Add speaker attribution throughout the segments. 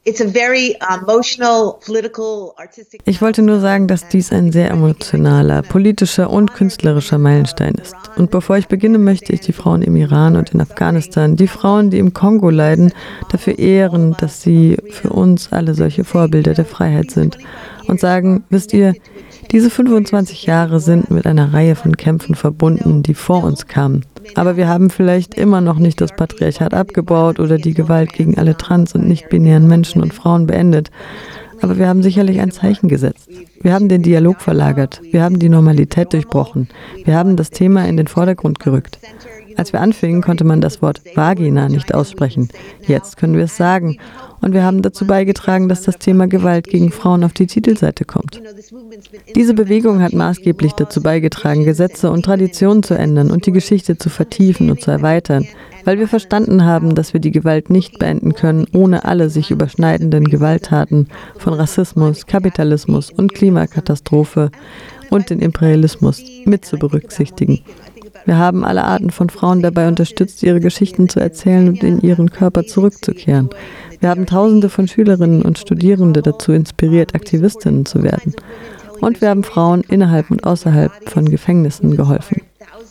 Speaker 1: Ich wollte nur sagen, dass dies ein sehr emotionaler, politischer und künstlerischer Meilenstein ist. Und bevor ich beginne, möchte ich die Frauen im Iran und in Afghanistan, die Frauen, die im Kongo leiden, dafür ehren, dass sie für uns alle solche Vorbilder der Freiheit sind. Und sagen, wisst ihr, diese 25 Jahre sind mit einer Reihe von Kämpfen verbunden, die vor uns kamen. Aber wir haben vielleicht immer noch nicht das Patriarchat abgebaut oder die Gewalt gegen alle trans- und nicht-binären Menschen und Frauen beendet. Aber wir haben sicherlich ein Zeichen gesetzt. Wir haben den Dialog verlagert. Wir haben die Normalität durchbrochen. Wir haben das Thema in den Vordergrund gerückt. Als wir anfingen, konnte man das Wort Vagina nicht aussprechen. Jetzt können wir es sagen. Und wir haben dazu beigetragen, dass das Thema Gewalt gegen Frauen auf die Titelseite kommt. Diese Bewegung hat maßgeblich dazu beigetragen, Gesetze und Traditionen zu ändern und die Geschichte zu vertiefen und zu erweitern, weil wir verstanden haben, dass wir die Gewalt nicht beenden können, ohne alle sich überschneidenden Gewalttaten von Rassismus, Kapitalismus und Klimakatastrophe und den Imperialismus mit zu berücksichtigen. Wir haben alle Arten von Frauen dabei unterstützt, ihre Geschichten zu erzählen und in ihren Körper zurückzukehren. Wir haben Tausende von Schülerinnen und Studierende dazu inspiriert, Aktivistinnen zu werden. Und wir haben Frauen innerhalb und außerhalb von Gefängnissen geholfen.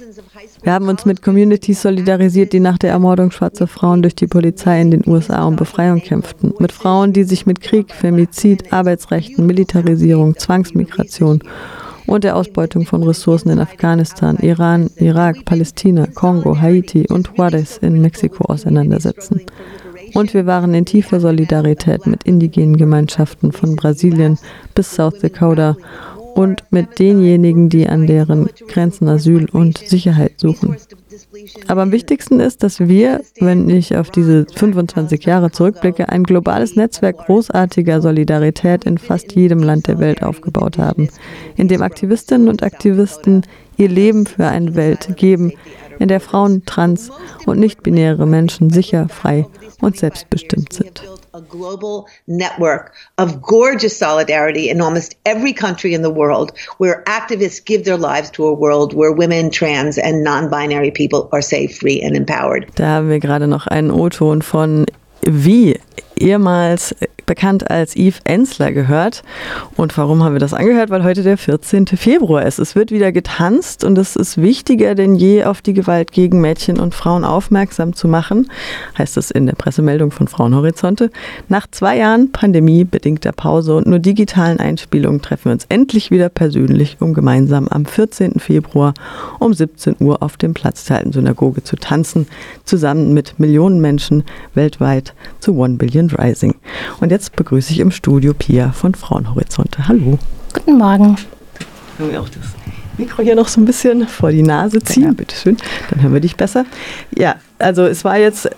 Speaker 1: Wir haben uns mit Communities solidarisiert, die nach der Ermordung schwarzer Frauen durch die Polizei in den USA um Befreiung kämpften. Mit Frauen, die sich mit Krieg, Femizid, Arbeitsrechten, Militarisierung, Zwangsmigration und der Ausbeutung von Ressourcen in Afghanistan, Iran, Irak, Palästina, Kongo, Haiti und Juarez in Mexiko auseinandersetzen. Und wir waren in tiefer Solidarität mit indigenen Gemeinschaften von Brasilien bis South Dakota und mit denjenigen, die an deren Grenzen Asyl und Sicherheit suchen. Aber am wichtigsten ist, dass wir, wenn ich auf diese 25 Jahre zurückblicke, ein globales Netzwerk großartiger Solidarität in fast jedem Land der Welt aufgebaut haben, in dem Aktivistinnen und Aktivisten ihr Leben für eine Welt geben, in der Frauen, trans- und nicht-binäre Menschen sicher, frei und selbstbestimmt sind.
Speaker 2: A global network of gorgeous solidarity in almost every country in the world where activists give their lives to a world where women, trans and non-binary people are safe, free and empowered.
Speaker 1: Da haben wir gerade noch einen O-Ton von Wie, ehemals bekannt als Eve Ensler, gehört. Und warum haben wir das angehört? Weil heute der 14. Februar ist. Es wird wieder getanzt und es ist wichtiger denn je, auf die Gewalt gegen Mädchen und Frauen aufmerksam zu machen, heißt es in der Pressemeldung von Frauenhorizonte. Nach 2 Jahren pandemiebedingter Pause und nur digitalen Einspielungen treffen wir uns endlich wieder persönlich, um gemeinsam am 14. Februar um 17 Uhr auf dem Platz der Alten Synagoge zu tanzen, zusammen mit Millionen Menschen weltweit zu One Billion Rising. Und jetzt begrüße ich im Studio Pia von Frauenhorizonte. Hallo.
Speaker 3: Guten Morgen.
Speaker 1: Können wir auch das Mikro hier noch so ein bisschen vor die Nase ziehen? Ja. Bitte schön, dann hören wir dich besser. Ja, also waren jetzt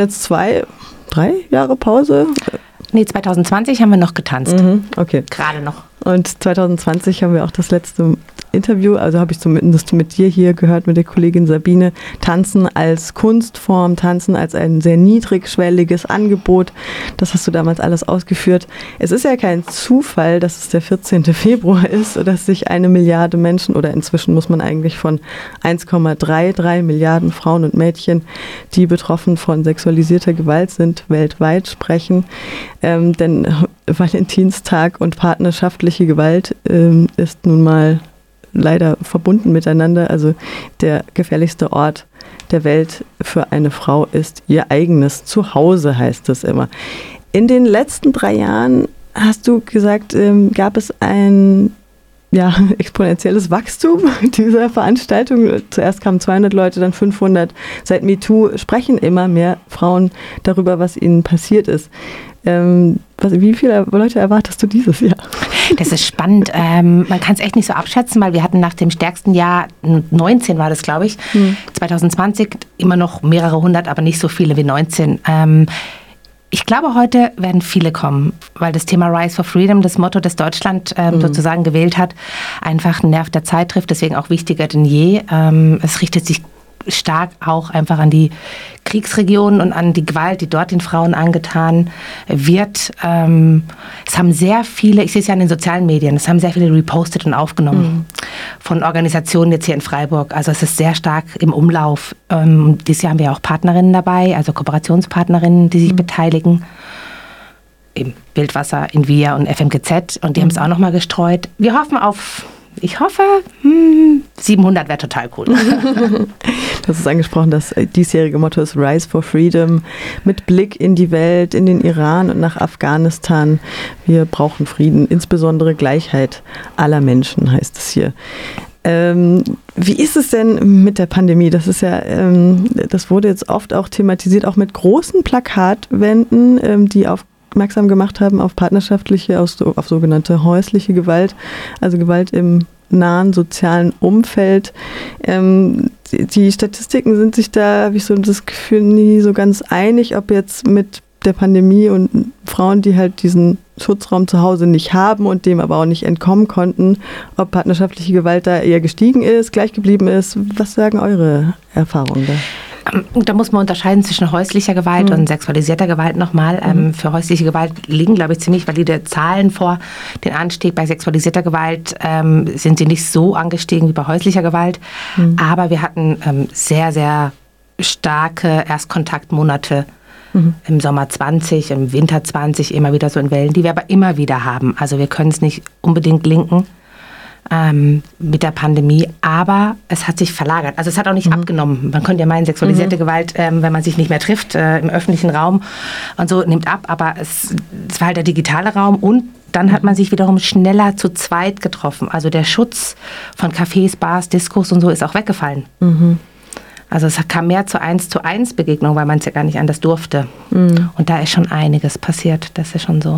Speaker 1: 2, 3 Jahre Pause?
Speaker 3: Nee, 2020 haben wir noch getanzt.
Speaker 1: Okay.
Speaker 3: Gerade noch.
Speaker 1: Und 2020 haben wir auch das letzte Interview, also habe ich zumindest mit dir hier gehört, mit der Kollegin Sabine, Tanzen als Kunstform, Tanzen als ein sehr niedrigschwelliges Angebot. Das hast du damals alles ausgeführt. Es ist ja kein Zufall, dass es der 14. Februar ist, dass sich 1 Milliarde Menschen, oder inzwischen muss man eigentlich von 1,33 Milliarden Frauen und Mädchen, die betroffen von sexualisierter Gewalt sind, weltweit sprechen. Denn Valentinstag und partnerschaftliche Gewalt ist nun mal leider verbunden miteinander. Also der gefährlichste Ort der Welt für eine Frau ist ihr eigenes Zuhause, heißt es immer. In den letzten 3 Jahren, hast du gesagt, gab es ein exponentielles Wachstum dieser Veranstaltung. Zuerst kamen 200 Leute, dann 500. Seit MeToo sprechen immer mehr Frauen darüber, was ihnen passiert ist. Wie viele Leute erwartest du dieses Jahr?
Speaker 3: Das ist spannend. Man kann es echt nicht so abschätzen, weil wir hatten nach dem stärksten Jahr, 19 war das, glaube ich, 2020 immer noch mehrere hundert, aber nicht so viele wie 19. Ich glaube, heute werden viele kommen, weil das Thema Rise for Freedom, das Motto, das Deutschland sozusagen gewählt hat, einfach einen Nerv der Zeit trifft, deswegen auch wichtiger denn je. Es richtet sich stark auch einfach an die Kriegsregionen und an die Gewalt, die dort den Frauen angetan wird. Es haben sehr viele, ich sehe es ja in den sozialen Medien, es haben sehr viele repostet und aufgenommen von Organisationen jetzt hier in Freiburg. Also es ist sehr stark im Umlauf. Dieses Jahr haben wir auch Partnerinnen dabei, also Kooperationspartnerinnen, die sich beteiligen. eben Wildwasser, Envia und FMGZ und die haben es auch nochmal gestreut. Wir hoffen auf, ich hoffe, 700 wäre total cool.
Speaker 1: Du hast es angesprochen, das diesjährige Motto ist Rise for Freedom, mit Blick in die Welt, in den Iran und nach Afghanistan. Wir brauchen Frieden, insbesondere Gleichheit aller Menschen, heißt es hier. Wie ist es denn mit der Pandemie? Das ist ja, das wurde jetzt oft auch thematisiert, auch mit großen Plakatwänden, die aufmerksam gemacht haben auf partnerschaftliche, auf sogenannte häusliche Gewalt, also Gewalt im nahen sozialen Umfeld. Die Statistiken sind sich da, habe ich so das Gefühl, nie so ganz einig, ob jetzt mit der Pandemie und Frauen, die halt diesen Schutzraum zu Hause nicht haben und dem aber auch nicht entkommen konnten, ob partnerschaftliche Gewalt da eher gestiegen ist, gleich geblieben ist. Was sagen eure Erfahrungen da?
Speaker 3: Da muss man unterscheiden zwischen häuslicher Gewalt und sexualisierter Gewalt nochmal. Für häusliche Gewalt liegen, glaube ich, ziemlich valide Zahlen vor. Den Anstieg bei sexualisierter Gewalt sind sie nicht so angestiegen wie bei häuslicher Gewalt. Aber wir hatten sehr, sehr starke Erstkontaktmonate im Sommer 20, im Winter 20, immer wieder so in Wellen, die wir aber immer wieder haben. Also wir können es nicht unbedingt linken mit der Pandemie, aber es hat sich verlagert. Also es hat auch nicht abgenommen. Man könnte ja meinen, sexualisierte Gewalt, wenn man sich nicht mehr trifft im öffentlichen Raum und so, nimmt ab, aber es war halt der digitale Raum und dann hat man sich wiederum schneller zu zweit getroffen. Also der Schutz von Cafés, Bars, Diskos und so ist auch weggefallen. Also es kam mehr zu 1:1 Begegnung, weil man es ja gar nicht anders durfte. Und da ist schon einiges passiert, das ist schon so.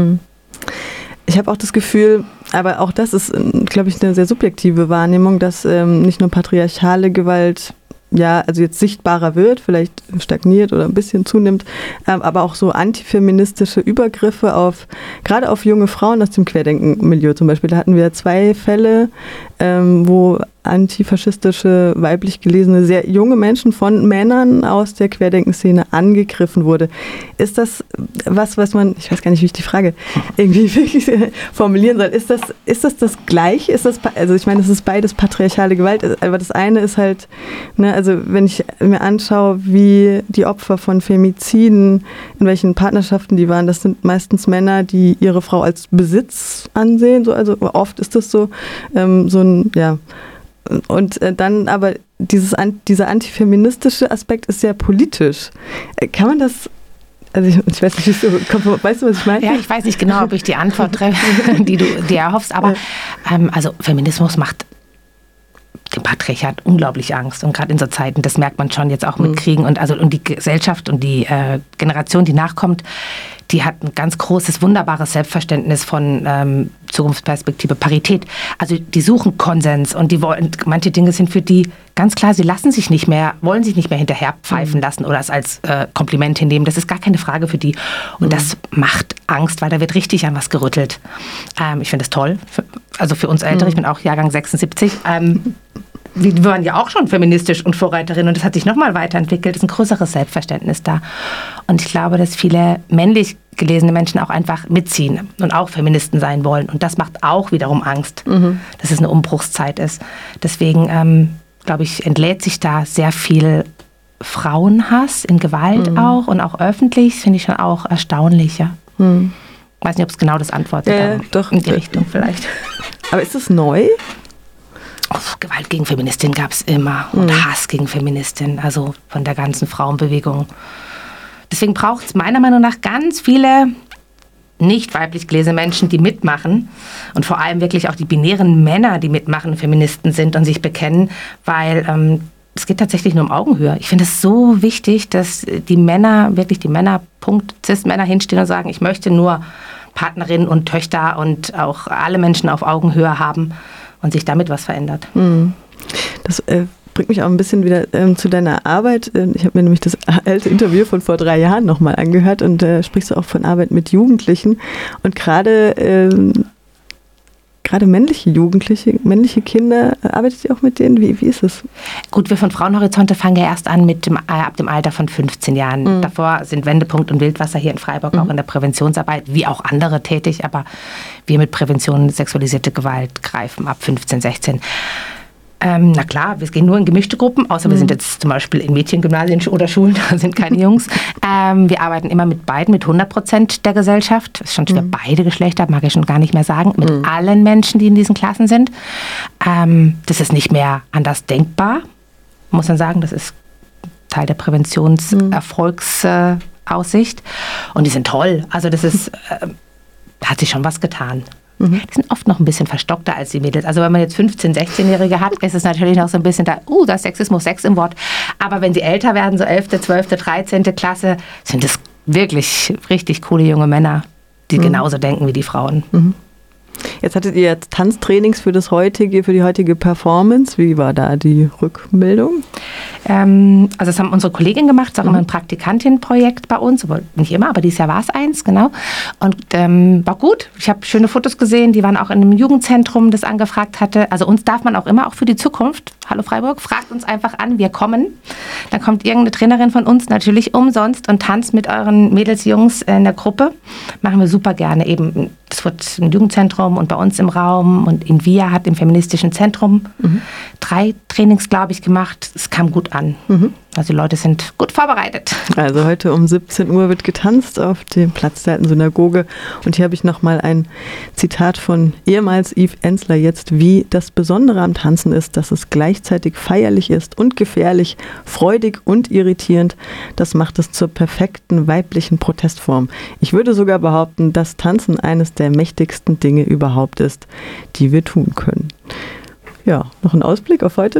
Speaker 1: Ich habe auch das Gefühl, aber auch das ist, glaube ich, eine sehr subjektive Wahrnehmung, dass nicht nur patriarchale Gewalt also jetzt sichtbarer wird, vielleicht stagniert oder ein bisschen zunimmt, aber auch so antifeministische Übergriffe gerade auf junge Frauen aus dem Querdenken-Milieu zum Beispiel. Da hatten wir 2 Fälle, wo antifaschistische, weiblich gelesene, sehr junge Menschen von Männern aus der Querdenkenszene angegriffen wurde. Ist das was man, ich weiß gar nicht, wie ich die Frage irgendwie wirklich formulieren soll, ist das Gleiche? Also ich meine, es ist beides patriarchale Gewalt, aber das eine ist halt, also wenn ich mir anschaue, wie die Opfer von Femiziden, in welchen Partnerschaften die waren, das sind meistens Männer, die ihre Frau als Besitz ansehen, also oft ist das so ein, und dann aber dieser antifeministische Aspekt ist sehr politisch. Kann man das, also ich weiß nicht, weißt du, was ich meine?
Speaker 3: Ja, ich weiß nicht genau, ob ich die Antwort treffe, die du dir erhoffst, aber also Feminismus macht dem Patriarchat unglaublich Angst und gerade in so Zeiten, das merkt man schon jetzt auch mit Kriegen und die Gesellschaft und die Generation, die nachkommt, die hat ein ganz großes, wunderbares Selbstverständnis von Zukunftsperspektive, Parität. Also die suchen Konsens und manche Dinge sind für die ganz klar, sie wollen sich nicht mehr hinterher pfeifen lassen oder es als Kompliment hinnehmen. Das ist gar keine Frage für die. Und das macht Angst, weil da wird richtig an was gerüttelt. Ich finde das toll. Also für uns Ältere, ich bin auch Jahrgang 76, wir waren ja auch schon feministisch und Vorreiterin und das hat sich nochmal weiterentwickelt. Es ist ein größeres Selbstverständnis da. Und ich glaube, dass viele männlich gelesene Menschen auch einfach mitziehen und auch Feministen sein wollen. Und das macht auch wiederum Angst, dass es eine Umbruchszeit ist. Deswegen, glaube ich, entlädt sich da sehr viel Frauenhass in Gewalt auch und auch öffentlich. Das finde ich schon auch erstaunlich. Ja. Ich weiß nicht, ob es genau das antwortet,
Speaker 1: doch
Speaker 3: in die Richtung vielleicht.
Speaker 1: Aber ist das neu?
Speaker 3: Gewalt gegen Feministinnen gab es immer und Hass gegen Feministinnen, also von der ganzen Frauenbewegung. Deswegen braucht es meiner Meinung nach ganz viele nicht weiblich gelesene Menschen, die mitmachen und vor allem wirklich auch die binären Männer, die mitmachen, Feministen sind und sich bekennen, weil es geht tatsächlich nur um Augenhöhe. Ich finde es so wichtig, dass die Männer, Cis-Männer hinstehen und sagen, ich möchte nur Partnerinnen und Töchter und auch alle Menschen auf Augenhöhe haben und sich damit was verändert.
Speaker 1: Das bringt mich auch ein bisschen wieder zu deiner Arbeit. Ich habe mir nämlich das alte Interview von vor 3 Jahren nochmal angehört und sprichst du auch von Arbeit mit Jugendlichen. Und gerade männliche Jugendliche, männliche Kinder, arbeitet ihr auch mit denen? Wie ist es?
Speaker 3: Gut, wir von Frauenhorizonte fangen ja erst an ab dem Alter von 15 Jahren. Davor sind Wendepunkt und Wildwasser hier in Freiburg auch in der Präventionsarbeit, wie auch andere tätig, aber wir mit Prävention sexualisierte Gewalt greifen ab 15, 16. Na klar, wir gehen nur in gemischte Gruppen, außer wir sind jetzt zum Beispiel in Mädchengymnasien oder Schulen, da sind keine Jungs. Wir arbeiten immer mit beiden, mit 100% der Gesellschaft. Das ist schon schwer, beide Geschlechter, mag ich schon gar nicht mehr sagen, mit allen Menschen, die in diesen Klassen sind. Das ist nicht mehr anders denkbar, muss man sagen. Das ist Teil der Präventionserfolgsaussicht. Und die sind toll. Also das ist, da hat sich schon was getan. Die sind oft noch ein bisschen verstockter als die Mädels. Also wenn man jetzt 15-, 16-Jährige hat, ist es natürlich noch so ein bisschen da ist Sexismus, Sex im Wort. Aber wenn sie älter werden, so 11., 12., 13. Klasse, sind es wirklich richtig coole junge Männer, die genauso denken wie die Frauen.
Speaker 1: Jetzt hattet ihr jetzt Tanztrainings für die heutige Performance. Wie war da die Rückmeldung?
Speaker 3: Also das haben unsere Kollegin gemacht, das ist auch immer ein Praktikantinnenprojekt bei uns, aber nicht immer, aber dieses Jahr war es eins, genau. Und war gut. Ich habe schöne Fotos gesehen, die waren auch in einem Jugendzentrum, das angefragt hatte. Also uns darf man auch immer, auch für die Zukunft, hallo Freiburg, fragt uns einfach an, wir kommen. Dann kommt irgendeine Trainerin von uns, natürlich umsonst, und tanzt mit euren Mädels, Jungs in der Gruppe. Machen wir super gerne. Eben, das wird im Jugendzentrum und bei uns im Raum, und Invia hat im feministischen Zentrum 3 Trainings, glaube ich, gemacht. Es kam gut an. Also die Leute sind gut vorbereitet.
Speaker 1: Also heute um 17 Uhr wird getanzt auf dem Platz der alten Synagoge. Und hier habe ich nochmal ein Zitat von ehemals Yves Ensler jetzt: Wie das Besondere am Tanzen ist, dass es gleichzeitig feierlich ist und gefährlich, freudig und irritierend. Das macht es zur perfekten weiblichen Protestform. Ich würde sogar behaupten, dass Tanzen eines der mächtigsten Dinge überhaupt ist, die wir tun können. Ja, noch ein Ausblick auf heute?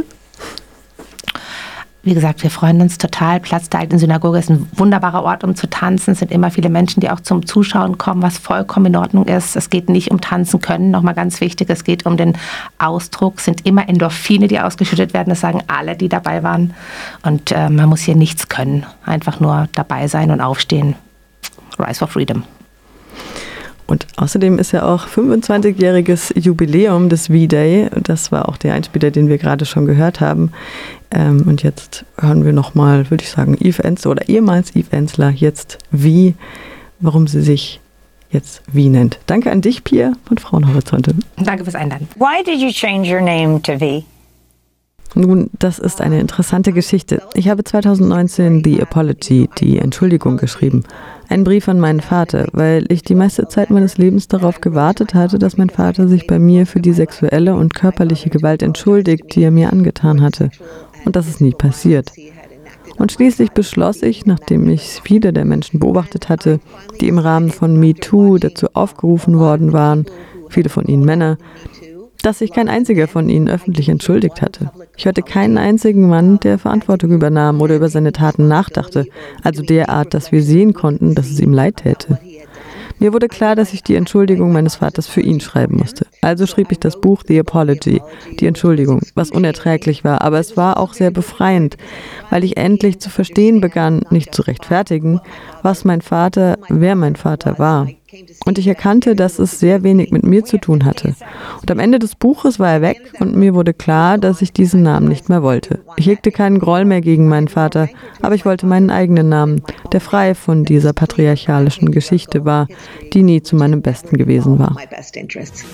Speaker 3: Wie gesagt, wir freuen uns total. Platz der alten Synagoge ist ein wunderbarer Ort, um zu tanzen. Es sind immer viele Menschen, die auch zum Zuschauen kommen, was vollkommen in Ordnung ist. Es geht nicht um tanzen können, nochmal ganz wichtig. Es geht um den Ausdruck. Es sind immer Endorphine, die ausgeschüttet werden. Das sagen alle, die dabei waren. Und man muss hier nichts können. Einfach nur dabei sein und aufstehen. Rise for Freedom.
Speaker 1: Und außerdem ist ja auch 25-jähriges Jubiläum des V-Day. Das war auch der Einspieler, den wir gerade schon gehört haben. Und jetzt hören wir nochmal, würde ich sagen, Yves Ensler oder ehemals Yves Ensler, jetzt V, warum sie sich jetzt V nennt. Danke an dich, Pia von Frauenhorizonte.
Speaker 3: Danke fürs Einladen.
Speaker 4: Why did you change your name to V?
Speaker 1: Nun, das ist eine interessante Geschichte. Ich habe 2019 The Apology, die Entschuldigung, geschrieben. Einen Brief an meinen Vater, weil ich die meiste Zeit meines Lebens darauf gewartet hatte, dass mein Vater sich bei mir für die sexuelle und körperliche Gewalt entschuldigt, die er mir angetan hatte. Und das ist nie passiert. Und schließlich beschloss ich, nachdem ich viele der Menschen beobachtet hatte, die im Rahmen von MeToo dazu aufgerufen worden waren, viele von ihnen Männer, dass sich kein einziger von ihnen öffentlich entschuldigt hatte. Ich hörte keinen einzigen Mann, der Verantwortung übernahm oder über seine Taten nachdachte, also derart, dass wir sehen konnten, dass es ihm leid täte. Mir wurde klar, dass ich die Entschuldigung meines Vaters für ihn schreiben musste. Also schrieb ich das Buch The Apology, die Entschuldigung, was unerträglich war, aber es war auch sehr befreiend, weil ich endlich zu verstehen begann, nicht zu rechtfertigen, wer mein Vater war. Und ich erkannte, dass es sehr wenig mit mir zu tun hatte. Und am Ende des Buches war er weg und mir wurde klar, dass ich diesen Namen nicht mehr wollte. Ich hegte keinen Groll mehr gegen meinen Vater, aber ich wollte meinen eigenen Namen, der frei von dieser patriarchalischen Geschichte war, die nie zu meinem Besten gewesen war.